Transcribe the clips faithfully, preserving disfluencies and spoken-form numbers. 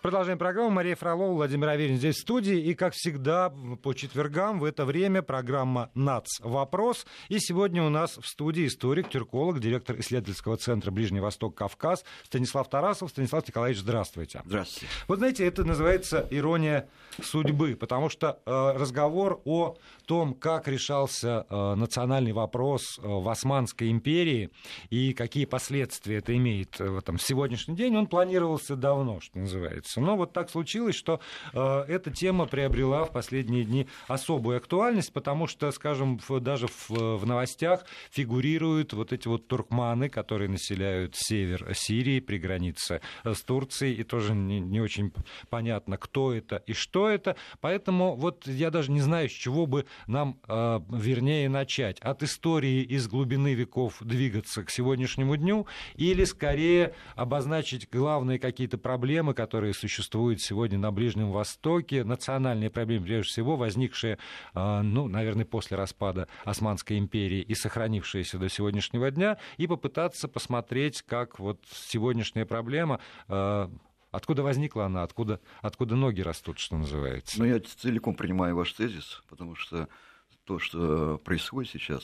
Продолжаем программу. Мария Фролова, Владимир Аверин здесь в студии. И, как всегда, по четвергам в это время программа «НАЦ. Вопрос». И сегодня у нас в студии историк, тюрколог, директор исследовательского центра «Ближний Восток, Кавказ» Станислав Тарасов. Станислав Николаевич, здравствуйте. Здравствуйте. Вот знаете, это называется ирония судьбы, потому что э, разговор о том, как решался э, национальный вопрос э, в Османской империи и какие последствия это имеет э, там, в сегодняшний день, он планировался давно, что называется. Но вот так случилось, что э, эта тема приобрела в последние дни особую актуальность, потому что, скажем, в, даже в, в новостях фигурируют вот эти вот туркманы, которые населяют север Сирии при границе с Турцией, и тоже не, не очень понятно, кто это и что это. Поэтому вот я даже не знаю, с чего бы нам, э, вернее, начать. От истории из глубины веков двигаться к сегодняшнему дню или, скорее, обозначить главные какие-то проблемы, которые существуют сегодня на Ближнем Востоке, национальные проблемы, прежде всего, возникшие, э, ну, наверное, после распада Османской империи и сохранившиеся до сегодняшнего дня, и попытаться посмотреть, как вот сегодняшняя проблема, э, откуда возникла она, откуда, откуда ноги растут, что называется. Ну, я целиком принимаю ваш тезис, потому что то, что происходит сейчас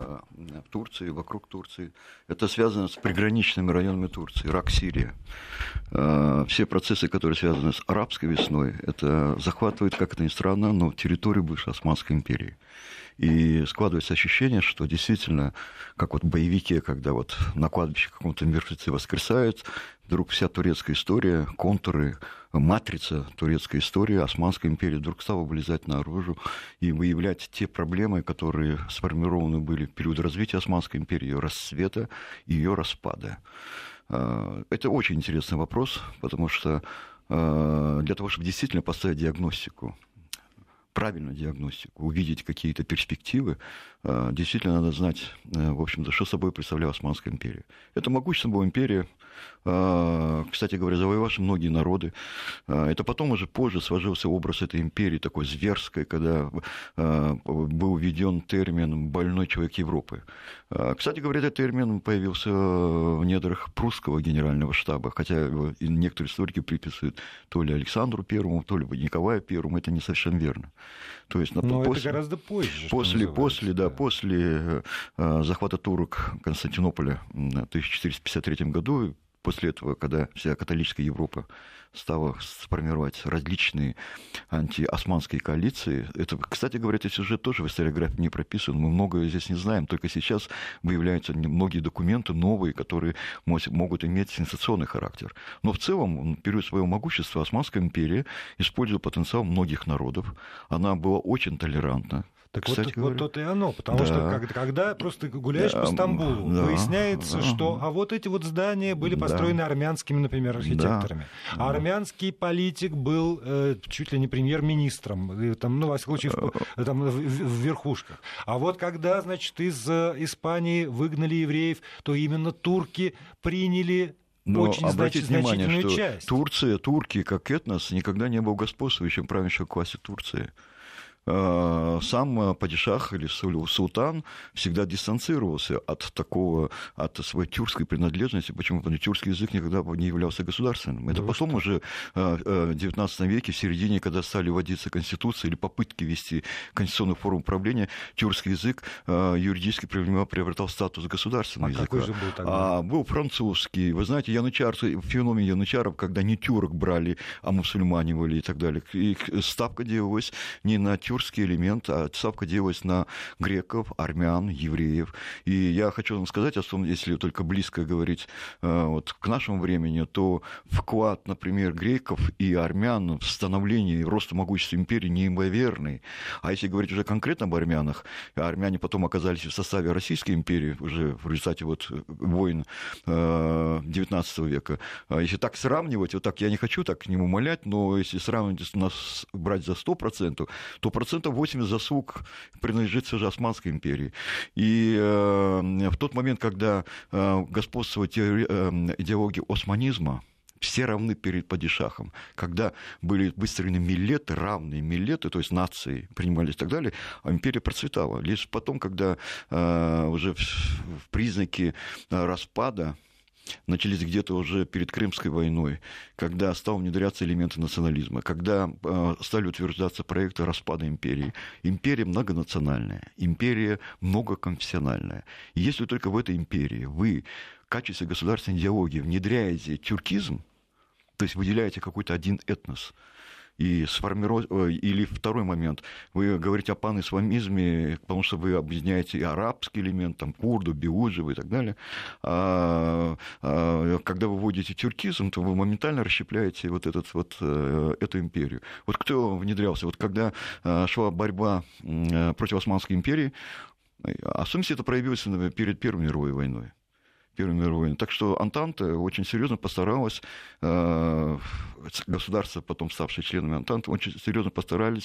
в Турции, вокруг Турции, это связано с приграничными районами Турции, Ирак, Сирия. Все процессы, которые связаны с арабской весной, это захватывает, как это ни странно, но территорию бывшей Османской империи. И складывается ощущение, что действительно, как вот в боевике, когда вот на кладбище каком-то мертвецы воскресают, вдруг вся турецкая история, контуры, матрица турецкой истории Османской империи вдруг стала вылезать наружу и выявлять те проблемы, которые сформированы были в период развития Османской империи, ее расцвета и ее распада. Это очень интересный вопрос, потому что для того, чтобы действительно поставить диагностику, правильную диагностику, увидеть какие-то перспективы, действительно надо знать, в общем-то, что собой представляла Османская империя. Это могущественная была империя, кстати говоря, завоевавшая многие народы. Это потом уже позже сложился образ этой империи, такой зверской, когда был введен термин «больной человек Европы». Кстати говоря, этот термин появился в недрах прусского генерального штаба, хотя некоторые историки приписывают то ли Александру Первому, то ли Николаю Первому, это не совсем верно. То есть, Но после, это гораздо позже. После, после, да, после э, захвата турок Константинополя в тысяча четыреста пятьдесят третьем году, после этого, когда вся католическая Европа стала сформировать различные антиосманские коалиции, это, кстати говоря, этот сюжет тоже в историографии не прописан, мы многое здесь не знаем, только сейчас выявляются многие документы новые, которые могут иметь сенсационный характер. Но в целом, в период своего могущества Османская империя использовала потенциал многих народов, она была очень толерантна. Так Кстати вот, вот то-то и оно, потому да. что когда, когда просто гуляешь да. по Стамбулу, да. выясняется, да. что а вот эти вот здания были построены да. армянскими, например, архитекторами. Да. А армянский политик был э, чуть ли не премьер-министром, там, ну, во всяком случае, в, там, в, в верхушках. А вот когда, значит, из Испании выгнали евреев, то именно турки приняли... Но очень обратите внимание, что часть. Турция, турки, как этнос, никогда не был господствующим правящей классе Турции. Сам падишах или султан всегда дистанцировался от такого, от своей тюркской принадлежности. Почему? Потому что тюркский язык никогда не являлся государственным. Это да потом что? Уже в девятнадцатом веке, в середине, когда стали вводиться конституции или попытки ввести конституционную форму управления, тюркский язык юридически приобретал статус государственного а языка. Какой же был тогда? А был французский. Вы знаете, янычарцы, феномен янычаров, когда не тюрок брали, а мусульманивали и так далее. И ставка делалась не на тюркский элемент, а ставка делалась на греков, армян, евреев. И я хочу вам сказать, особенно если только близко говорить вот, к нашему времени, то вклад, например, греков и армян в становление и рост могущества империи неимоверный. А если говорить уже конкретно об армянах, армяне потом оказались в составе Российской империи уже в результате вот войн девятнадцатого века. Если так сравнивать, вот так я не хочу так к ним умолять, но если сравнивать нас, брать за сто процентов, то процентов восемьдесят заслуг принадлежит все же Османской империи. И э, в тот момент, когда э, господствовала теори- э, идеология османизма, все равны перед падишахом. Когда были выстроены миллеты, равные миллеты, то есть нации принимались и так далее, а империя процветала. Лишь потом, когда э, уже в, в признаке распада начались где-то уже перед Крымской войной, когда стал внедряться элементы национализма, когда э, стали утверждаться проекты распада империи. Империя многонациональная, империя многоконфессиональная. И если только в этой империи вы в качестве государственной идеологии внедряете тюркизм, то есть выделяете какой-то один этнос, и сформиров... Или второй момент, вы говорите о панисламизме, потому что вы объединяете и арабский элемент, там, курдов, биуджев и так далее. А, а, когда вы вводите тюркизм, то вы моментально расщепляете вот, этот, вот эту империю. Вот кто внедрялся? Вот когда шла борьба против Османской империи, а в сумме это проявилось перед Первой мировой войной. Первой мировой войны. Так что Антанта очень серьезно постаралась, э, государства, потом ставшие членами Антанты, очень серьезно постарались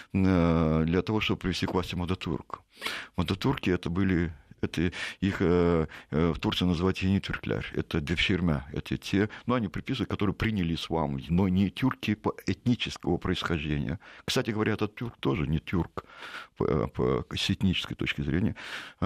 э, для того, чтобы привести к власти Мадатурк. Мадатурки это были... Это их э, в Турции называют енитюрклер, это девширмя, это те, ну, они приписывают, которые приняли ислам, но не тюрки по этнического происхождения. Кстати говоря, этот тюрк тоже не тюрк по, по, с этнической точки зрения.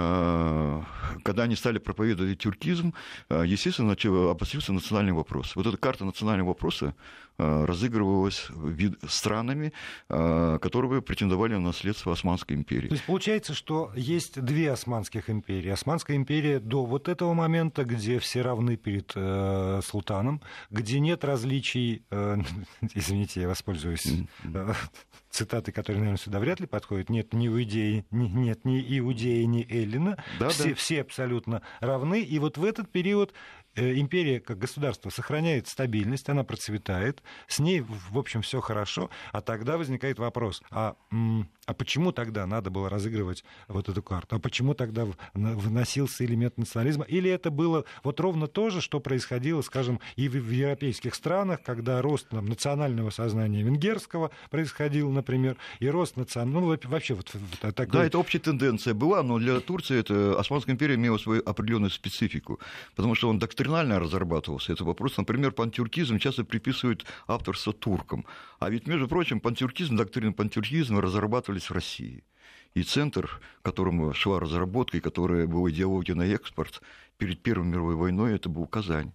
Э, когда они стали проповедовать тюркизм, э, естественно, обострился национальный вопрос. Вот эта карта национального вопроса э, разыгрывалась вид, странами, э, которые претендовали на наследство Османской империи. То есть получается, что есть две османских империи. Османская империя до вот этого момента, где все равны перед э, султаном, где нет различий, э, извините, я воспользуюсь э, цитатой, которая, наверное, сюда вряд ли подходит, нет ни иудеи, ни, нет ни иудеи, ни эллина, да, все, да. все абсолютно равны, и вот в этот период империя как государство сохраняет стабильность, она процветает, с ней, в общем, все хорошо, а тогда возникает вопрос, а, а почему тогда надо было разыгрывать вот эту карту? А почему тогда вносился элемент национализма? Или это было вот ровно то же, что происходило, скажем, и в европейских странах, когда рост там, национального сознания венгерского происходил, например, и рост национального... Ну, вообще вот такой... Да, это общая тенденция была, но для Турции это Османская империя имела свою определенную специфику, потому что он доктринально разрабатывался. Это вопрос, например, пантюркизм часто приписывают авторство туркам. А ведь, между прочим, пантюркизм, доктрины пантюркизма разрабатывались в России. И центр, к которому шла разработка, и которая была идеология на экспорт, перед Первой мировой войной, это был Казань.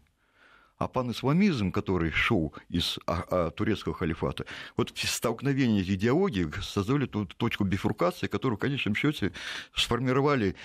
А панисламизм, который шел из а, а, турецкого халифата, вот столкновение этих идеологий создали ту точку бифуркации, которую в конечном счете сформировали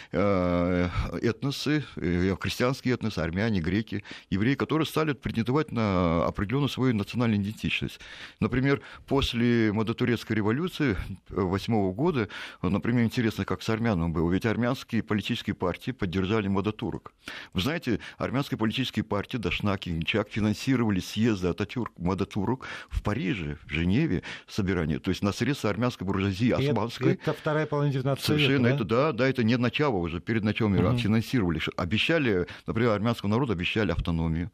э, этносы, э, христианские этносы, армяне, греки, евреи, которые стали претендовать на определенную свою национальную идентичность. Например, после мадатурецкой революции восьмого года, например, интересно, как с армянами было, ведь армянские политические партии поддержали мадатурок. Вы знаете, армянские политические партии, Дашнаки, Чак финансировали съезды Ататюрк-Мадатурк в Париже, в Женеве собирание, то есть на средства армянской буржуазии османской. Это, это вторая половина девятнадцатого века, совершенно, да? это, да, да, это не начало уже, перед началом мира, угу. Финансировали. Обещали, например, армянскому народу обещали автономию.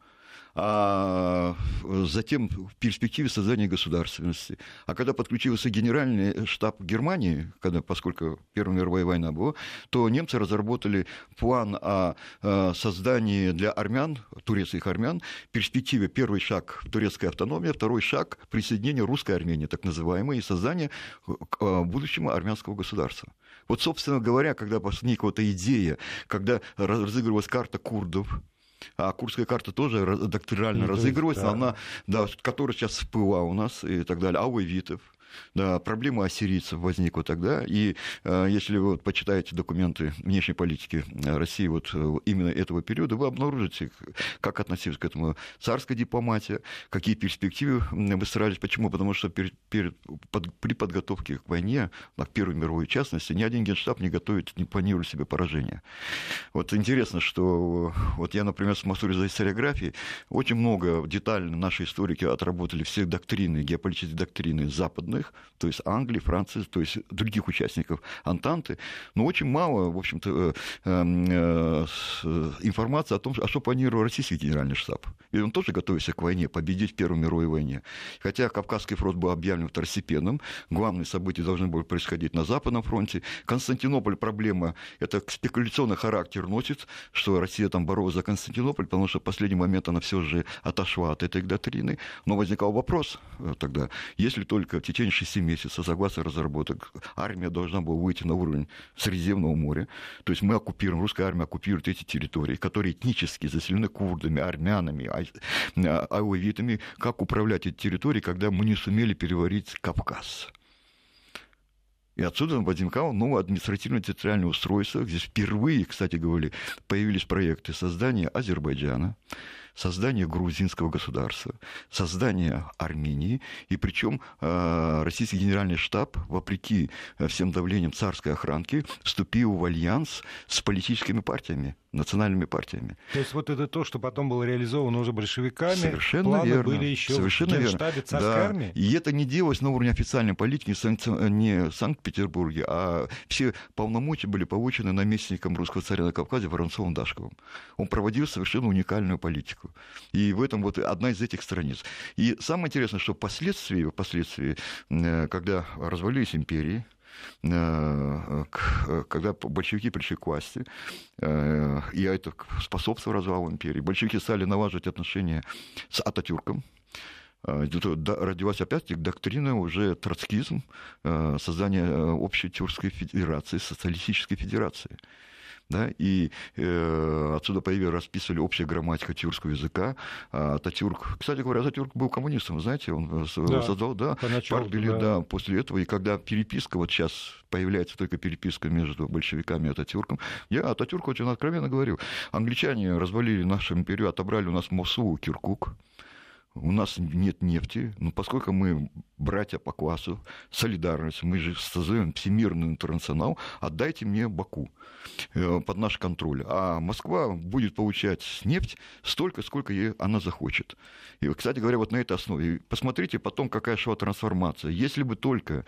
А затем в перспективе создания государственности. А когда подключился генеральный штаб Германии, когда, поскольку Первая мировая война была, то немцы разработали план о создании для армян, турецких армян, в перспективе первый шаг турецкая автономия, второй шаг присоединение русской Армении, так называемой, и создание будущего армянского государства. Вот, собственно говоря, когда возникла эта идея, когда разыгрывалась карта курдов, а курдская карта тоже доктринально ну, разыгрывается, да. Она, да, которая сейчас всплыла у нас и так далее, алавитов. Да, проблема ассирийцев возникла тогда, и э, если вы вот, почитаете документы внешней политики России вот, именно этого периода, вы обнаружите, как относилась к этому царская дипломатия, какие перспективы выстраивались. Почему? Потому что перед, перед, под, при подготовке к войне, в Первой мировой в частности, ни один генштаб не готовит, не планирует себе поражения. Вот интересно, что вот я, например, смотрю за историографией, очень много детально наши историки отработали все доктрины, геополитические доктрины западных, то есть Англии, Франции, то есть других участников Антанты, но очень мало, в общем-то, информации о том, что планировал российский генеральный штаб. И он тоже готовился к войне, победить в Первой мировой войне. Хотя Кавказский фронт был объявлен второстепенным, главные события должны были происходить на Западном фронте. Константинополь проблема, это спекуляционный характер носит, что Россия там боролась за Константинополь, потому что в последний момент она все же отошла от этой доктрины. Но возникал вопрос тогда, если только в течение течение шести месяцев, согласно разработок, армия должна была выйти на уровень Средиземного моря. То есть мы оккупируем, русская армия оккупирует эти территории, которые этнически заселены курдами, армянами, алавитами. Как управлять эти территории, когда мы не сумели переварить Кавказ? И отсюда возникало новое административно-территориальное устройство. Здесь впервые, кстати говоря, появились проекты создания Азербайджана, создание грузинского государства, создание Армении, и причем э, российский генеральный штаб, вопреки всем давлениям царской охранки, вступил в альянс с политическими партиями, национальными партиями. То есть вот это то, что потом было реализовано уже большевиками, совершенно планы верно. были еще Совершенно в Генштабе царской да. армии? И это не делалось на уровне официальной политики не в Санкт-Петербурге, а все полномочия были получены наместником русского царя на Кавказе Воронцовым-Дашковым. Он проводил совершенно уникальную политику. И в этом вот одна из этих страниц. И самое интересное, что впоследствии, впоследствии когда развалились империи, когда большевики пришли к власти, и это способствовало развалу империи, большевики стали налаживать отношения с Ататюрком. Родилась опять-таки доктрина уже троцкизм, создание общей тюркской федерации, социалистической федерации. Да, и э, отсюда появилось, расписывали общая грамматика тюркского языка. А Ататюрк, кстати говоря, Ататюрк был коммунистом, знаете, он да, создал, да, партбилет, да. да, после этого. И когда переписка, вот сейчас появляется только переписка между большевиками и Ататюрком, я Ататюрку очень откровенно говорю, англичане развалили нашу империю, отобрали у нас Мосул, Киркук. У нас нет нефти, но поскольку мы братья по классу, солидарность, мы же создаем всемирный интернационал, отдайте мне Баку под наш контроль. А Москва будет получать нефть столько, сколько ей она захочет. И, кстати говоря, вот на этой основе. Посмотрите потом, какая шла трансформация. Если бы только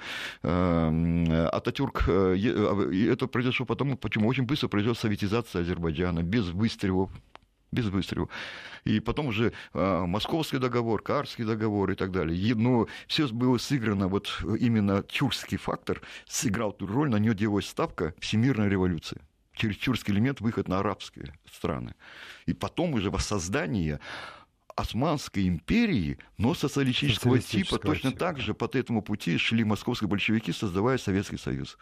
э, Ататюрк... Э, это произошло потому, почему очень быстро произошла советизация Азербайджана, без выстрелов. Без выстрелов. И потом уже э, Московский договор, Каарский договор и так далее. Но все было сыграно, вот именно тюркский фактор сыграл ту роль, на нее делалась ставка всемирной революции. Через тюркский элемент выход на арабские страны. И потом уже воссоздание Османской империи, но социалистического типа. Точно типа. Так же по этому пути шли московские большевики, создавая Советский Союз.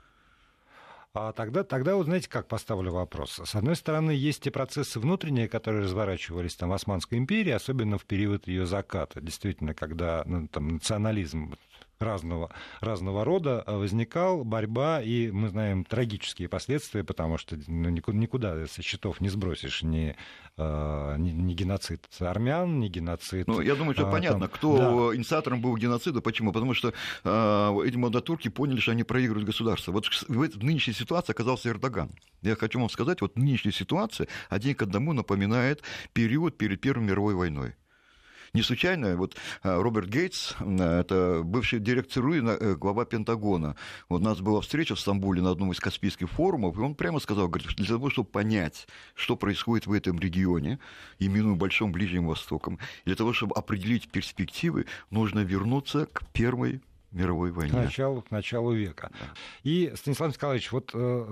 А тогда, тогда вот знаете, как поставлю вопрос. С одной стороны, есть те процессы внутренние, которые разворачивались там, в Османской империи, особенно в период ее заката. Действительно, когда ну, там, национализм разного, разного рода возникал, борьба, и мы знаем трагические последствия, потому что ну, никуда, никуда со счетов не сбросишь ни, э, ни, ни геноцид армян, ни геноцид... Ну, я думаю, что а, понятно, там, кто да. инициатором был геноцида, почему? Потому что э, эти молодотурки поняли, что они проигрывают государство. Вот в, этой, в нынешней ситуации оказался Эрдоган. Я хочу вам сказать, вот нынешняя ситуация один к одному напоминает период перед Первой мировой войной. Не случайно, вот Роберт Гейтс, это бывший директор ЦРУ, глава Пентагона, вот у нас была встреча в Стамбуле на одном из Каспийских форумов, и он прямо сказал, говорит, для того, чтобы понять, что происходит в этом регионе, именуемом Большом Ближнем Востоком, для того, чтобы определить перспективы, нужно вернуться к Первой мировой войне. К началу, к началу века. Да. И, Станислав Николаевич, вот э,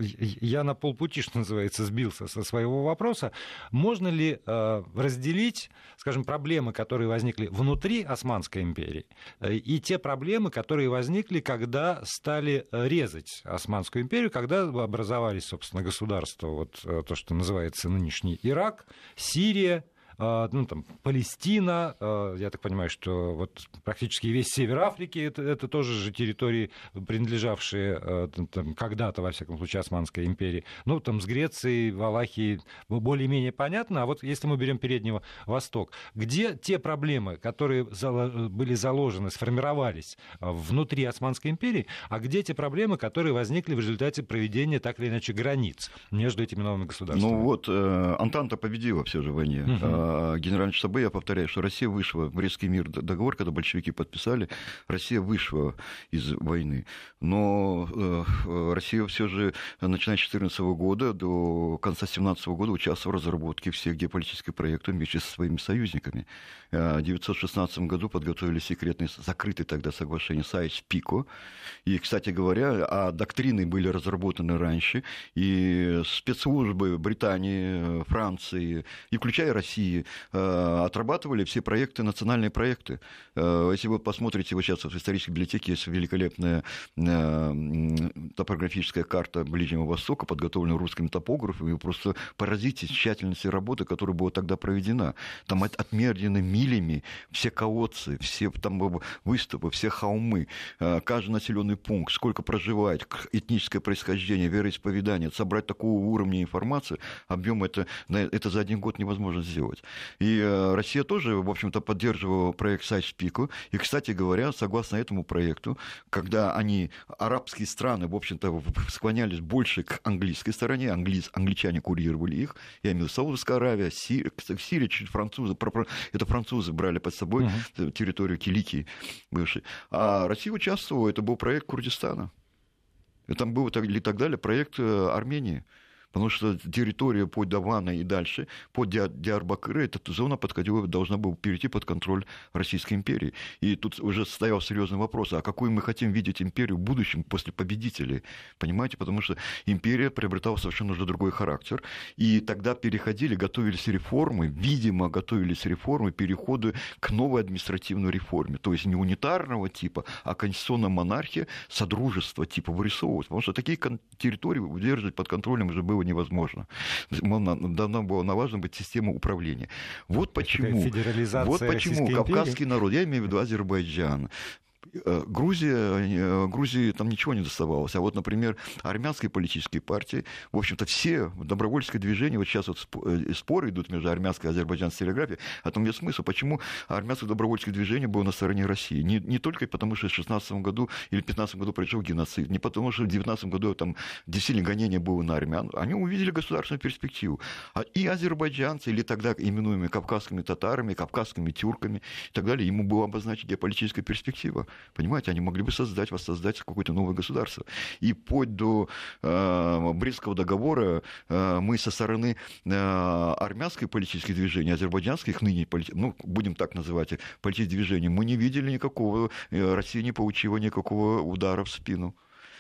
я на полпути, что называется, сбился со своего вопроса. Можно ли э, разделить, скажем, проблемы, которые возникли внутри Османской империи, э, и те проблемы, которые возникли, когда стали резать Османскую империю, когда образовались, собственно, государства, вот э, то, что называется нынешний Ирак, Сирия, ну, там, Палестина, я так понимаю, что вот практически весь север Африки, это, это тоже же территории, принадлежавшие там, когда-то, во всяком случае, Османской империи. Ну, там с Грецией, Валахией более-менее понятно, а вот если мы берем Передний Восток, где те проблемы, которые были заложены, сформировались внутри Османской империи, а где те проблемы, которые возникли в результате проведения так или иначе границ между этими новыми государствами? Ну вот, э, Антанта победила все же в войне. Угу. Генеральном штабе, я повторяю, что Россия вышла, в Брестский мир договор, когда большевики подписали, Россия вышла из войны. Но э, Россия все же, начиная с две тысячи четырнадцатого года до конца две тысячи семнадцатого года участвовала в разработке всех геополитических проектов вместе со своими союзниками. В тысяча девятьсот шестнадцатом году подготовили секретное, закрытое тогда соглашение Сайс-Пико. И, кстати говоря, а доктрины были разработаны раньше, и спецслужбы Британии, Франции, и включая Россию, России отрабатывали все проекты, национальные проекты. Если вы посмотрите, вот сейчас в исторической библиотеке есть великолепная топографическая карта Ближнего Востока, подготовленная русскими топографами, вы просто поразитесь тщательности работы, которая была тогда проведена. Там отмерены милями все колодцы, все там выступы, все холмы, каждый населенный пункт, сколько проживает, этническое происхождение, вероисповедание. Собрать такого уровня информации, объем это, это за один год невозможно сделать. И Россия тоже, в общем-то, поддерживала проект Сайз-Пико. И, кстати говоря, согласно этому проекту, когда они, арабские страны, в общем-то, склонялись больше к английской стороне, англи... англичане курировали их, я имею в виду Саудовская Аравия, Сирия, Сирия чуть французы, это французы брали под собой uh-huh. территорию Киликии бывшей. А Россия участвовала, это был проект Курдистана. И там был и так далее проект Армении. Потому что территория по Давана и дальше, по Диарбакыру, эта зона подходила, должна была перейти под контроль Российской империи. И тут уже стоял серьезный вопрос, а какую мы хотим видеть империю в будущем после победителей? Понимаете? Потому что империя приобретала совершенно уже другой характер. И тогда переходили, готовились реформы, видимо, готовились реформы, переходы к новой административной реформе. То есть не унитарного типа, а конституционная монархия, содружество типа вырисовывалось. Потому что такие территории удерживать под контролем уже было невозможно. Давно было налажена быть система управления. Вот почему, вот почему кавказский народ, я имею в виду Азербайджан, Грузия, Грузии там ничего не доставалось. А вот, например, армянские политические партии, в общем-то, все добровольческое движение, вот сейчас вот споры идут между армянской и азербайджанской историографией, о том есть смысл, почему армянское добровольческое движение было на стороне России. Не, не только потому, что в шестнадцатом году или в пятнадцатом году произошел геноцид, не потому, что в девятнадцатом году там сильное гонение было на армян. Они увидели государственную перспективу. И азербайджанцы, или тогда именуемые кавказскими татарами, кавказскими тюрками и так далее, ему была обозначена геополитическая перспектива. Понимаете, они могли бы создать, воссоздать какое-то новое государство. И вплоть до э, Брестского договора э, мы со стороны э, армянской политических движений, азербайджанских ныне, полит... ну, будем так называть, политических движений, мы не видели никакого, э, Россия не получила никакого удара в спину.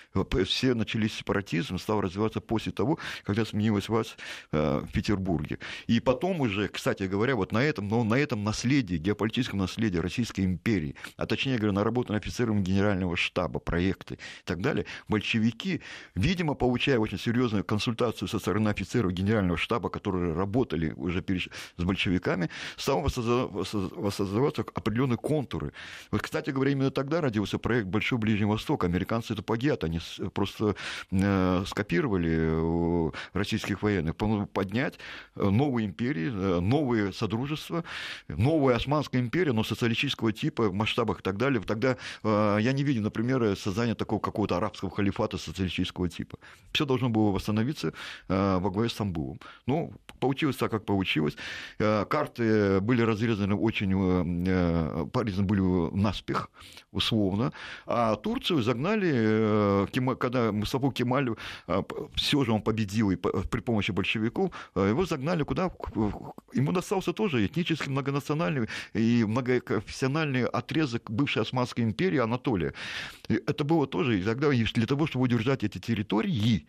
Все начались сепаратизм, стал развиваться после того, когда сменилась власть в Петербурге. И потом уже, кстати говоря, вот на этом, но на этом наследии, геополитическом наследии Российской империи, а точнее говоря, наработанные офицерами генерального штаба, проекты и так далее, большевики, видимо, получая очень серьезную консультацию со стороны офицеров генерального штаба, которые работали уже с большевиками, стал воссоздаваться определенные контуры. Вот, кстати говоря, именно тогда родился проект «Большой Ближний Восток». Американцы это плагиат, они просто э, скопировали у российских военных, поднять новые империи, новые содружества, новая Османская империя, но социалистического типа, в масштабах и так далее. Тогда э, я не видел, например, создания такого какого-то арабского халифата социалистического типа. Все должно было восстановиться э, во главе с Стамбулом. Ну, получилось так, как получилось. Э, карты были разрезаны очень, э, порезаны были наспех, условно, а Турцию загнали э, когда Мустафу Кемалю, все же он победил и при помощи большевиков, его загнали куда? Ему достался тоже этнически многонациональный и многоконфессиональный отрезок бывшей Османской империи Анатолия. И это было тоже и тогда для того, чтобы удержать эти территории,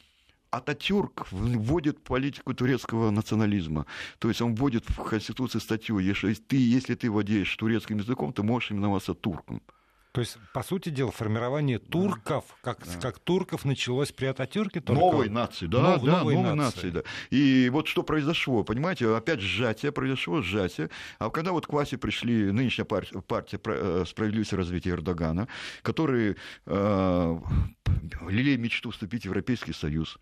Ататюрк вводит политику турецкого национализма. То есть он вводит в Конституцию статью, если ты, если ты владеешь турецким языком, ты можешь именоваться турком. То есть, по сути дела, формирование турков, как, да. как турков началось при Ататюрке. Только... Новой нации, да, Нов, да новой, новой нации. нации, да. И вот что произошло, понимаете, опять сжатие, произошло сжатие. А когда вот к власти пришли нынешняя партия, партия «Справедливость и развитие» Эрдогана, который э, лелеет мечту вступить в Европейский Союз,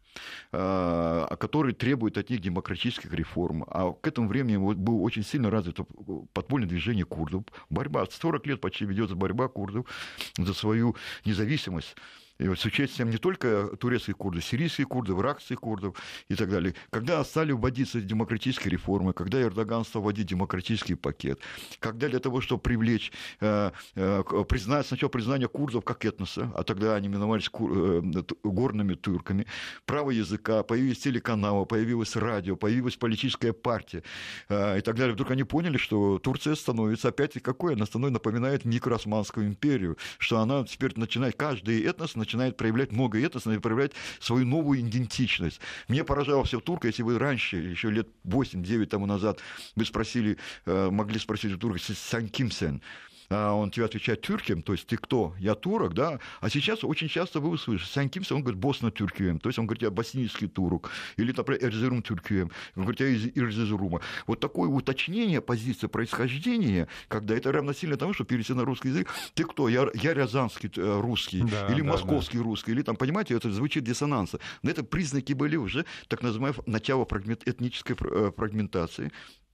э, который требует от них демократических реформ, а к этому времени вот было очень сильно развито подпольное движение курдов. Борьба, сорок лет почти ведется борьба курдов за свою независимость. И вот с участием не только турецких курдов, сирийских курдов, иракских курдов и так далее. Когда стали вводиться демократические реформы, когда Эрдоган стал вводить демократический пакет, когда для того, чтобы привлечь, э, э, признать, сначала признание курдов как этноса, а тогда они именовались кур, э, горными турками, право языка, появились телеканалы, появилось радио, появилась политическая партия э, и так далее. Вдруг они поняли, что Турция становится опять какой? Она становится, напоминает микроосманскую империю, что она теперь начинает, каждый этнос начинает начинает проявлять многоэтносность, проявлять свою новую идентичность. Мне поражало все турка, если вы раньше, еще лет восемь-девять тому назад, вы спросили, могли спросить у турка «Сен кимсен?», он тебе отвечает тюркем, то есть ты кто? Я турок, да? А сейчас очень часто вы услышите «Сен кимсен», он говорит «Босна тюркем», то есть он говорит «Я боснийский турок», или, например, «Эрзерум тюркем», он говорит «Я из Эрзерума». Вот такое уточнение позиции происхождения, когда это равносильно тому, что перейти на русский язык, ты кто? Я, я рязанский русский, да, или да, московский да. русский, или там, понимаете, это звучит диссонансно. Но это признаки были уже так называемого начала этнической фрагментации.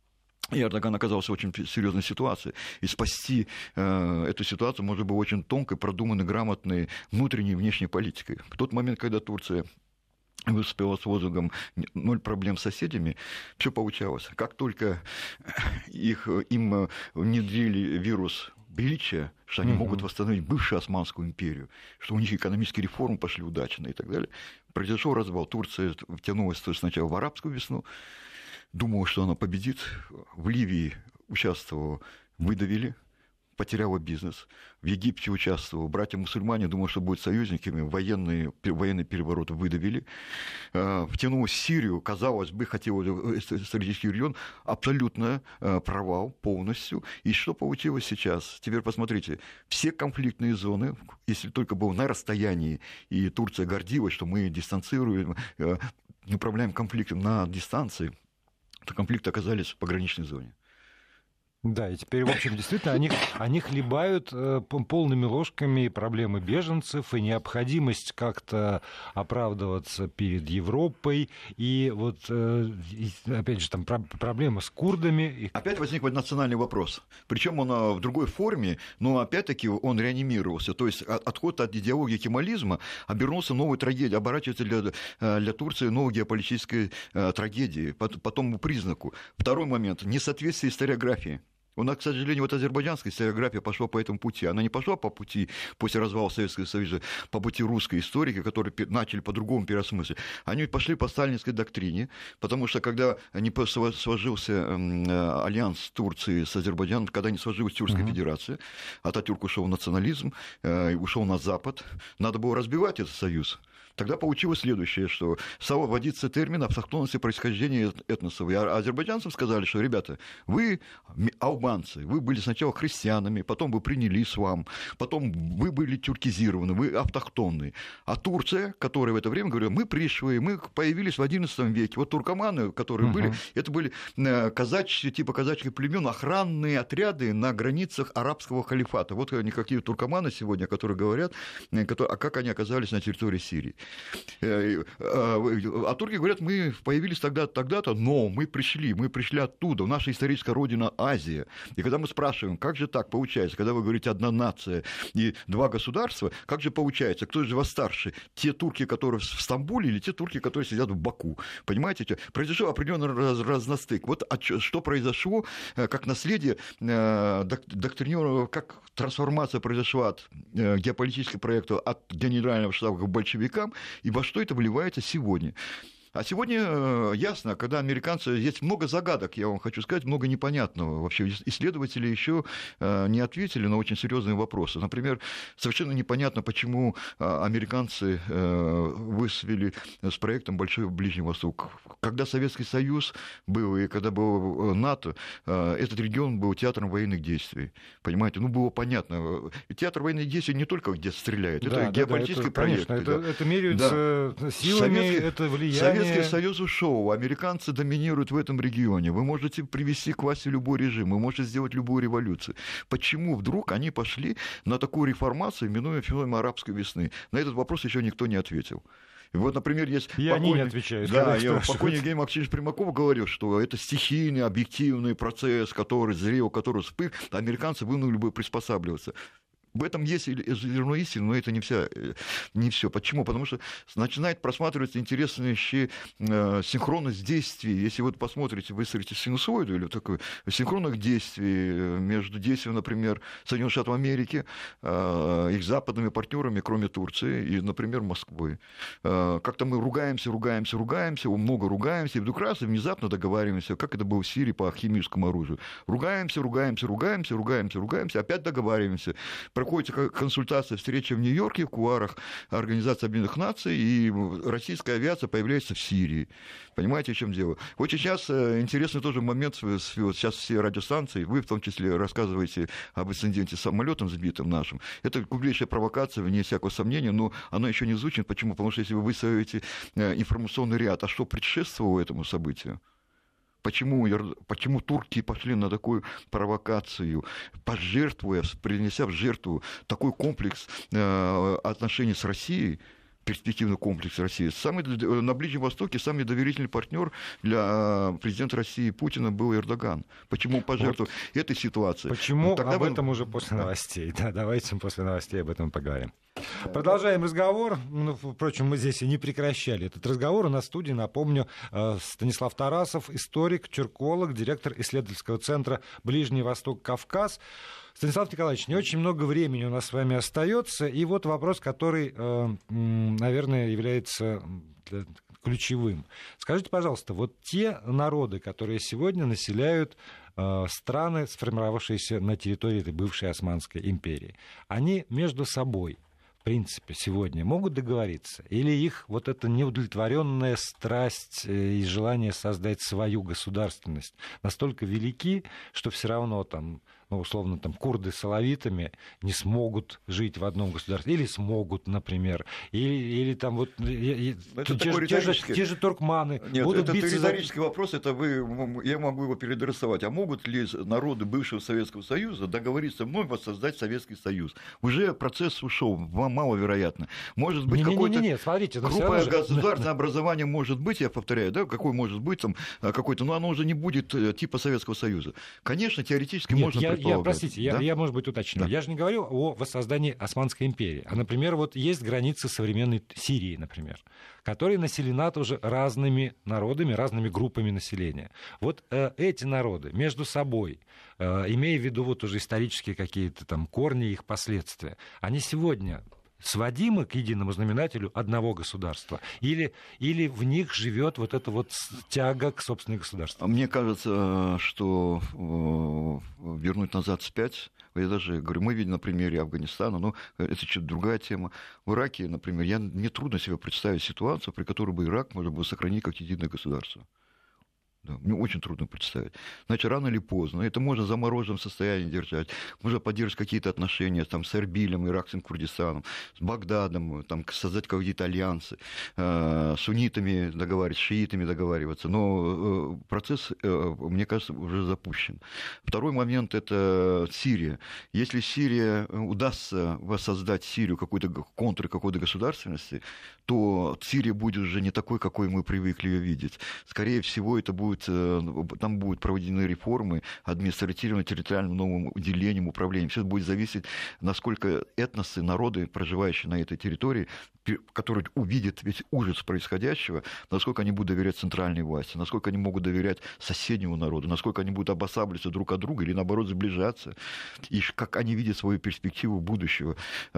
И Эрдоган оказался в очень серьезной ситуации. И спасти э, эту ситуацию можно было очень тонкой, продуманной, грамотной внутренней и внешней политикой. В тот момент, когда Турция выступила с лозунгом «ноль проблем с соседями», все получалось. Как только их, им внедрили вирус величия, что они mm-hmm. могут восстановить бывшую Османскую империю, что у них экономические реформы пошли удачно и так далее, произошел развал. Турция втянулась сначала в арабскую весну, думала, что она победит. В Ливии участвовала, выдавили, потеряла бизнес. В Египте участвовала, братья-мусульмане думали, что будут союзниками, военные, военный переворот выдавили. Втянулась в Сирию, казалось бы, хотела стратегический регион, абсолютно провал полностью. И что получилось сейчас? Теперь посмотрите, все конфликтные зоны, если только было на расстоянии, и Турция гордилась, что мы дистанцируем, не управляем конфликтом на дистанции, то конфликты оказались в пограничной зоне. Да, и теперь, в общем, действительно, они, они хлебают э, полными ложками проблемы беженцев и необходимость как-то оправдываться перед Европой. И вот, э, и, опять же, там про- проблема с курдами. Опять возник национальный вопрос. Причем он в другой форме, но опять-таки он реанимировался. То есть отход от идеологии кемализма обернулся новой трагедией, оборачивается для, для Турции новой геополитической трагедией, по, по тому признаку. Второй момент – несоответствие историографии. У нас, к сожалению, вот азербайджанская историография пошла по этому пути. Она не пошла по пути, после развала Советского Союза, по пути русской историки, которые начали по-другому переосмыслить. Они пошли по сталинской доктрине, потому что когда не сложился альянс Турции с Азербайджаном, когда не сложилась Тюркская uh-huh. федерация, Ататюрк ушел в национализм, ушел на Запад, надо было разбивать этот союз. Тогда получилось следующее, что стал вводиться термин автохтонности происхождения этносов. И азербайджанцам сказали, что, ребята, вы албанцы, вы были сначала христианами, потом вы приняли ислам, потом вы были тюркизированы, вы автохтонные. А Турция, которая в это время говорила, мы пришли, мы появились в одиннадцатом веке. Вот туркоманы, которые uh-huh. были, это были казачьи, типа казачьих племен, охранные отряды на границах арабского халифата. Вот они какие туркоманы сегодня, которые говорят, а как они оказались на территории Сирии. А турки говорят, мы появились тогда-то, тогда-то, но мы пришли, мы пришли оттуда, наша историческая родина Азия. И когда мы спрашиваем, как же так получается, когда вы говорите одна нация и два государства, как же получается, кто же вас старше, те турки, которые в Стамбуле, или те турки, которые сидят в Баку? Понимаете, произошел определенный раз, разностык. Вот что произошло, как наследие доктринировано, как трансформация произошла от геополитического проекта, от генерального штаба к большевикам, и во что это вливается сегодня. А сегодня ясно, когда американцы... Есть много загадок, я вам хочу сказать, много непонятного. Вообще исследователи еще не ответили на очень серьезные вопросы. Например, совершенно непонятно, почему американцы высвели с проектом «Большой Ближний Восток». Когда Советский Союз был и когда был НАТО, этот регион был театром военных действий. Понимаете? Ну, было понятно. Театр военных действий не только где стреляют. Да, это да, геополитический да, это, проект. Конечно, это, это меряются да. силами, Советский, это влияние. Советский Союз ушел, американцы доминируют в этом регионе. Вы можете привести к власти любой режим, вы можете сделать любую революцию. Почему вдруг они пошли на такую реформацию, именуя феномен арабской весны? На этот вопрос еще никто не ответил. И вот, например, есть... И они не отвечают. Да, я, покойный Евгений Максимович Примаков говорил, что это стихийный, объективный процесс, который зрел, который вспых, американцы вынуждены бы приспосабливаться. В этом есть зерно истины, но это не, вся, не все. Почему? Потому что начинает просматриваться интересная еще синхронность действий. Если вы посмотрите, выстроите синусоиду или такое, синхронных действий между действием, например, Соединенных Штатов Америки, их западными партнерами, кроме Турции, и, например, Москвы. Как-то мы ругаемся, ругаемся, ругаемся, много ругаемся, и вдруг раз и внезапно договариваемся, как это было в Сирии по химическому оружию. Ругаемся, ругаемся, ругаемся, ругаемся, ругаемся, опять договариваемся. проходит консультация, встреча в Нью-Йорке, в кулуарах Организации Объединенных Наций, и российская авиация появляется в Сирии. Понимаете, в чем дело? Вот сейчас интересный тоже момент, вот сейчас все радиостанции, вы в том числе рассказываете об инциденте с самолетом сбитым нашим. Это глубочайшая провокация, вне всякого сомнения, но оно еще не звучит. Почему? Потому что если вы выстроите информационный ряд, а что предшествовало этому событию? Почему, почему турки пошли на такую провокацию, пожертвуя, принеся в жертву такой комплекс э, отношений с Россией, перспективный комплекс России. Самый, на Ближнем Востоке самый доверительный партнер для президента России Путина был Эрдоган. Почему пожертвовал вот этой ситуацией? Почему? Тогда об вы... этом уже после новостей. Да, давайте после новостей об этом поговорим. Продолжаем разговор. Ну, впрочем, мы здесь и не прекращали этот разговор. У нас в студии, напомню, Станислав Тарасов, историк, тюрколог, директор исследовательского центра «Ближний Восток, Кавказ». Станислав Николаевич, не очень много времени у нас с вами остается. И вот вопрос, который, наверное, является ключевым. Скажите, пожалуйста, вот те народы, которые сегодня населяют страны, сформировавшиеся на территории этой бывшей Османской империи, они между собой, в принципе, сегодня могут договориться? Или их вот эта неудовлетворенная страсть и желание создать свою государственность настолько велики, что все равно там, ну, условно, там, курды с алавитами не смогут жить в одном государстве, или смогут, например, или, или там вот те, те, те, же, те же туркманы. Нет, будут это биться риторический за... вопрос, это вы, я могу его переадресовать. А могут ли народы бывшего Советского Союза договориться вновь воссоздать Советский Союз? Уже процесс ушел, вам маловероятно. Может быть, какое-то группа государственное образование может быть, я повторяю, да, какой может быть там какой-то, но оно уже не будет типа Советского Союза. Конечно, теоретически Нет, можно я, я, простите, да? я, я, может быть, уточню. Да. Я же не говорю о воссоздании Османской империи. А, например, вот есть границы современной Сирии, например, которая населена тоже разными народами, разными группами населения. Вот э, эти народы между собой, э, имея в виду вот уже исторические какие-то там корни, их последствия, они сегодня сводимы к единому знаменателю одного государства? Или, или в них живет вот эта вот тяга к собственной государству? Мне кажется, что вернуть назад вспять, я даже говорю, мы видим на примере Афганистана, но это чуть другая тема. В Ираке, например, я, мне трудно себе представить ситуацию, при которой бы Ирак можно было сохранить как единое государство. Да, мне очень трудно представить. Значит, рано или поздно, это можно в замороженном состоянии держать, можно поддерживать какие-то отношения там, с Эрбилем, иракским Курдистаном, с Багдадом, там, создать какие-то альянсы, э, с суннитами договариваться, с шиитами договариваться. Но э, процесс, э, мне кажется, уже запущен. Второй момент – это Сирия. Если Сирия удастся воссоздать Сирию, какой-то контур какой-то государственности, то Сирия будет уже не такой, какой мы привыкли ее видеть. Скорее всего, это будет там будут проведены реформы административным, территориальным новым делением, управлением. Все это будет зависеть, насколько этносы, народы, проживающие на этой территории, которые увидят весь ужас происходящего, насколько они будут доверять центральной власти, насколько они могут доверять соседнему народу, насколько они будут обосабливаться друг от друга или, наоборот, сближаться, и как они видят свою перспективу будущего.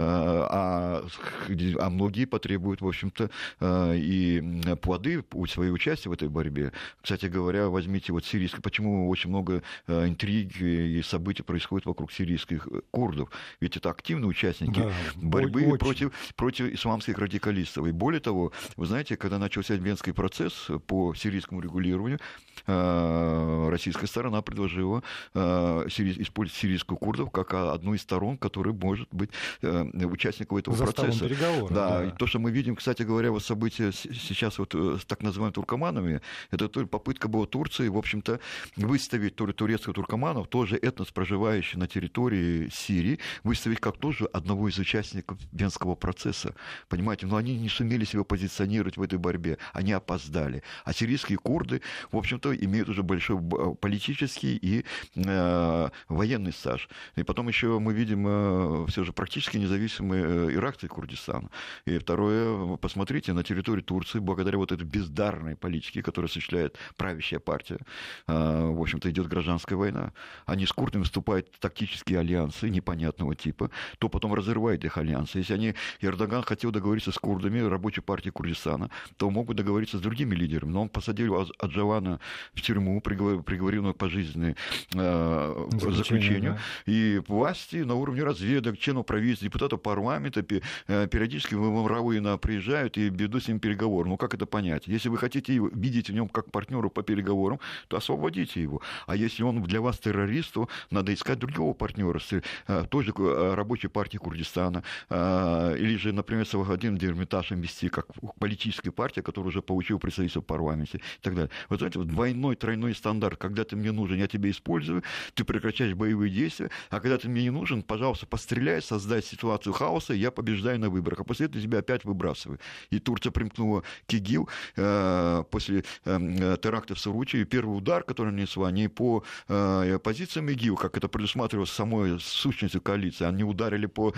А, а многие потребуют, в общем-то, и плоды своего участия в этой борьбе. Кстати говоря, возьмите вот сирийское, почему очень много интриг и событий происходит вокруг сирийских курдов, ведь это активные участники да, борьбы против, против исламских радикалистов. И более того, вы знаете, когда начался Венский процесс по сирийскому регулированию, российская сторона предложила использовать сирийских курдов как одну из сторон, которая может быть участником этого За процесса. Да, да. И то, что мы видим, кстати говоря, вот события сейчас вот с так называемыми туркоманами, это только попытка была Турции, в общем-то, выставить турецких туркоманов, тоже этнос, проживающий на территории Сирии, выставить как тоже одного из участников Венского процесса. Понимаете, но они не сумели себя позиционировать в этой борьбе, они опоздали. А сирийские курды, в общем-то, имеют уже большой политический и э, военный стаж. И потом еще мы видим э, все же практически независимый э, иракский Курдистан. И второе, посмотрите, на территории Турции, благодаря вот этой бездарной политике, которую осуществляет правительство правящая партия. В общем-то, идет гражданская война. Они с курдами вступают в тактические альянсы непонятного типа, то потом разрывает их альянсы. Если они, Эрдоган хотел договориться с курдами, рабочей партией Курдистана, то могут договориться с другими лидерами. Но он посадил Аджавана в тюрьму, приговорил, приговорил на пожизненное э, заключение. Да. И власти на уровне разведок, членов правительства, депутатов парламента периодически в Равыно приезжают и ведут с ним переговоры. Ну, как это понять? Если вы хотите видеть в нем как партнера по переговорам, то освободите его. А если он для вас террорист, то надо искать другого партнера, той же рабочей партии Курдистана, или же, например, Салахаддин Демирташем вести, как политическая партия, которая уже получила представительство в парламенте и так далее. Вот знаете, вот двойной, тройной стандарт. Когда ты мне нужен, я тебя использую, ты прекращаешь боевые действия, а когда ты мне не нужен, пожалуйста, постреляй, создай ситуацию хаоса, я побеждаю на выборах, а после этого тебя опять выбрасываю. И Турция примкнула к ИГИЛ э, после э, теракта в Суручи, и первый удар, который нанесла, не по э, позициям ИГИЛ, как это предусматривалось самой сущностью коалиции, они ударили по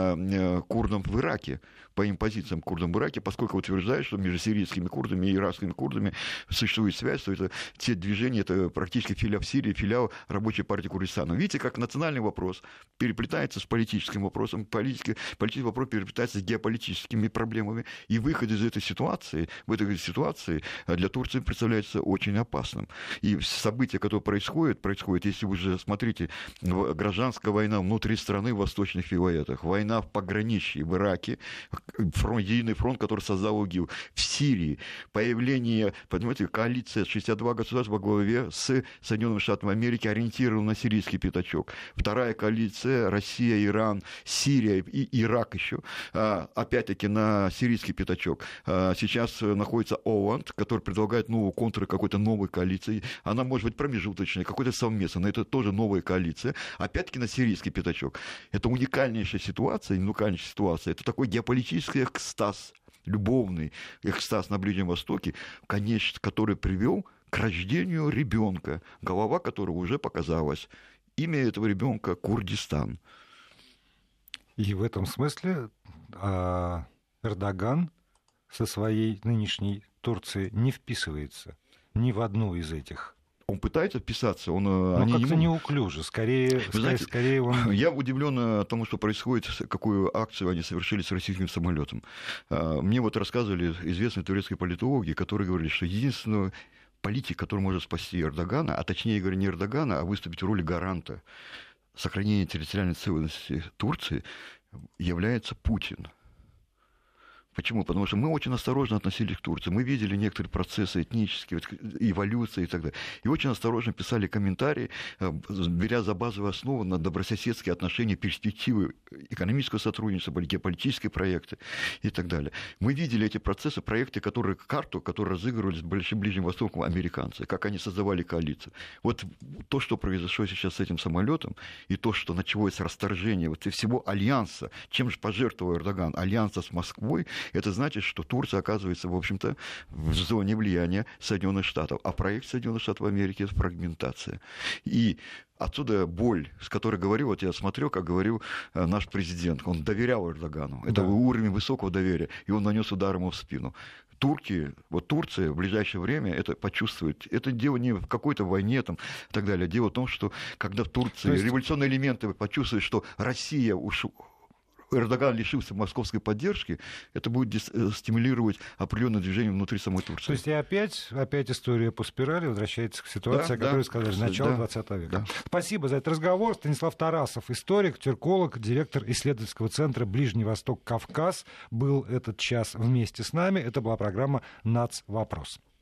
э, курдам в Ираке, по им позициям курдам в Ираке, поскольку утверждают, что между сирийскими курдами и иракскими курдами существует связь, то это те движения, это практически филиал в Сирии, филиал рабочей партии Курдистана. Видите, как национальный вопрос переплетается с политическим вопросом, политический, политический вопрос переплетается с геополитическими проблемами, и выход из этой ситуации, в этой ситуации для Турции представляется очень опасным. И события, которые происходят, происходят, если вы же смотрите, гражданская война внутри страны в восточных вилаятах, война в пограничье, в Ираке, фронт, единый фронт, который создал ИГИЛ, в Сирии, появление, понимаете, коалиция шестьдесят два государства во главе с Соединенными Штатами Америки ориентирована на сирийский пятачок. Вторая коалиция, Россия, Иран, Сирия и Ирак еще, опять-таки на сирийский пятачок. Сейчас находится Оланд, который предлагает новую контур какой-то новой коалиции. Она может быть промежуточной, какой-то совместной, но это тоже новая коалиция. Опять-таки на сирийский пятачок. Это уникальнейшая ситуация, уникальнейшая ситуация. Это такой геополитический экстаз, любовный экстаз на Ближнем Востоке, конечно, который привел к рождению ребенка, голова которого уже показалась. Имя этого ребенка Курдистан. И в этом смысле Эрдоган со своей нынешней Турцией не вписывается ни в одну из этих. Он пытается вписаться, он... Но они как-то не неуклюже, скорее, скорее, знаете, скорее он... Я удивлен тому, что происходит, какую акцию они совершили с российским самолетом. Мне вот рассказывали известные турецкие политологи, которые говорили, что единственный политик, который может спасти Эрдогана, а точнее говоря, не Эрдогана, а выступить в роли гаранта сохранения территориальной целостности Турции, является Путин. Почему? Потому что мы очень осторожно относились к Турции. Мы видели некоторые процессы этнические, эволюции и так далее. И очень осторожно писали комментарии, беря за базовую основу на добрососедские отношения, перспективы экономического сотрудничества, геополитические проекты и так далее. Мы видели эти процессы, проекты, которые, карту, которые разыгрывались с Большим Ближним Востоком американцы, как они создавали коалицию. Вот то, что произошло сейчас с этим самолетом, и то, что началось расторжение вот всего альянса, чем же пожертвовал Эрдоган, альянса с Москвой, это значит, что Турция оказывается, в общем-то, в зоне влияния Соединенных Штатов. А проект Соединенных Штатов Америки – это фрагментация. И отсюда боль, с которой говорил, вот я смотрю, как говорил наш президент, он доверял Эрдогану. Это да. Уровень высокого доверия, и он нанес удар ему в спину. Турки, вот Турция в ближайшее время это почувствует. Это дело не в какой-то войне там, и так далее. Дело в том, что когда в Турции есть... революционные элементы почувствуют, что Россия уж... Эрдоган лишился московской поддержки, это будет стимулировать определенное движение внутри самой Турции. То есть и опять, опять история по спирали возвращается к ситуации, да, о которой да, сказали, начало да, двадцатого века. Да. Спасибо за этот разговор. Станислав Тарасов, историк, тюрколог, директор исследовательского центра «Ближний Восток, Кавказ», был этот час вместе с нами. Это была программа «Нацвопрос».